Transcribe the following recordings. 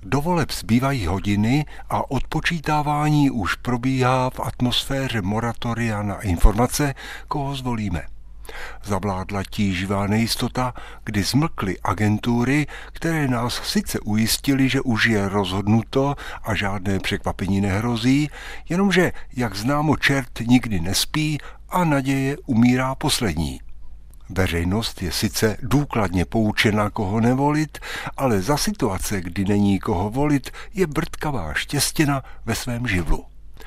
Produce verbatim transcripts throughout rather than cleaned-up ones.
Do voleb zbývají hodiny a odpočítávání už probíhá v atmosféře moratoria na informace, koho zvolíme. Zavládla tíživá nejistota, kdy zmlkly agentury, které nás sice ujistily, že už je rozhodnuto a žádné překvapení nehrozí, jenomže, jak známo, čert nikdy nespí a naděje umírá poslední. Veřejnost je sice důkladně poučena, koho nevolit, ale za situace, kdy není koho volit, je vrtkavá štěstěna ve svém živlu.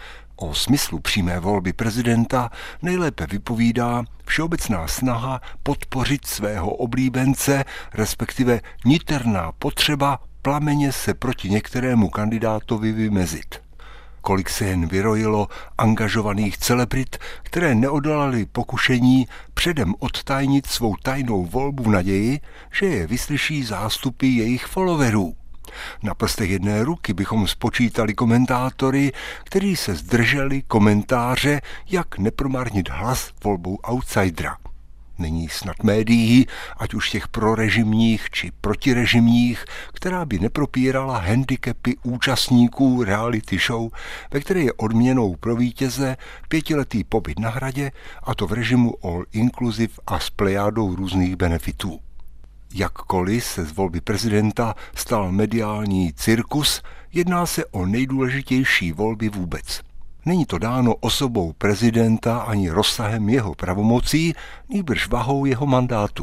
O smyslu přímé volby prezidenta nejlépe vypovídá všeobecná snaha podpořit svého oblíbence, respektive niterná potřeba plameně se proti některému kandidátovi vymezit. Kolik se jen vyrojilo angažovaných celebrit, které neodolaly pokušení předem odtajnit svou tajnou volbu v naději, že je vyslyší zástupy jejich followerů. Na prstech jedné ruky bychom spočítali komentátory, kteří se zdrželi komentáře, jak nepromarnit hlas volbou outsidera. Není snad médií, ať už těch prorežimních či protirežimních, která by nepropírala handicapy účastníků reality show, ve které je odměnou pro vítěze pětiletý pobyt na hradě, a to v režimu all inclusive a s plejádou různých benefitů. Jakkoliv se z volby prezidenta stal mediální cirkus, jedná se o nejdůležitější volby vůbec. Není to dáno osobou prezidenta ani rozsahem jeho pravomocí, nýbrž vahou jeho mandátu.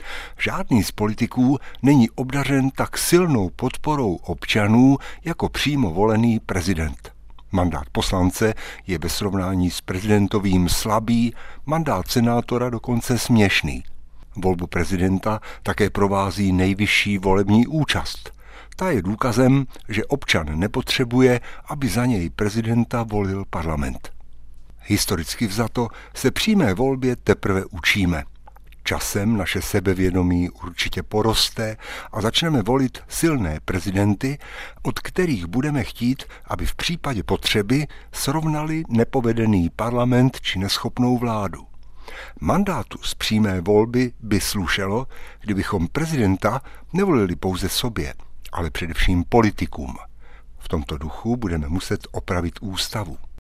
Žádný z politiků není obdařen tak silnou podporou občanů jako přímo volený prezident. Mandát poslance je ve srovnání s prezidentovým slabý, mandát senátora dokonce směšný. Volbu prezidenta také provází nejvyšší volební účast. Ta je důkazem, že občan nepotřebuje, aby za něj prezidenta volil parlament. Historicky vzato se přímé volbě teprve učíme. Časem naše sebevědomí určitě poroste a začneme volit silné prezidenty, od kterých budeme chtít, aby v případě potřeby srovnali nepovedený parlament či neschopnou vládu. Mandátu z přímé volby by slušelo, kdybychom prezidenta nevolili pouze sobě, ale především politikům. V tomto duchu budeme muset opravit ústavu.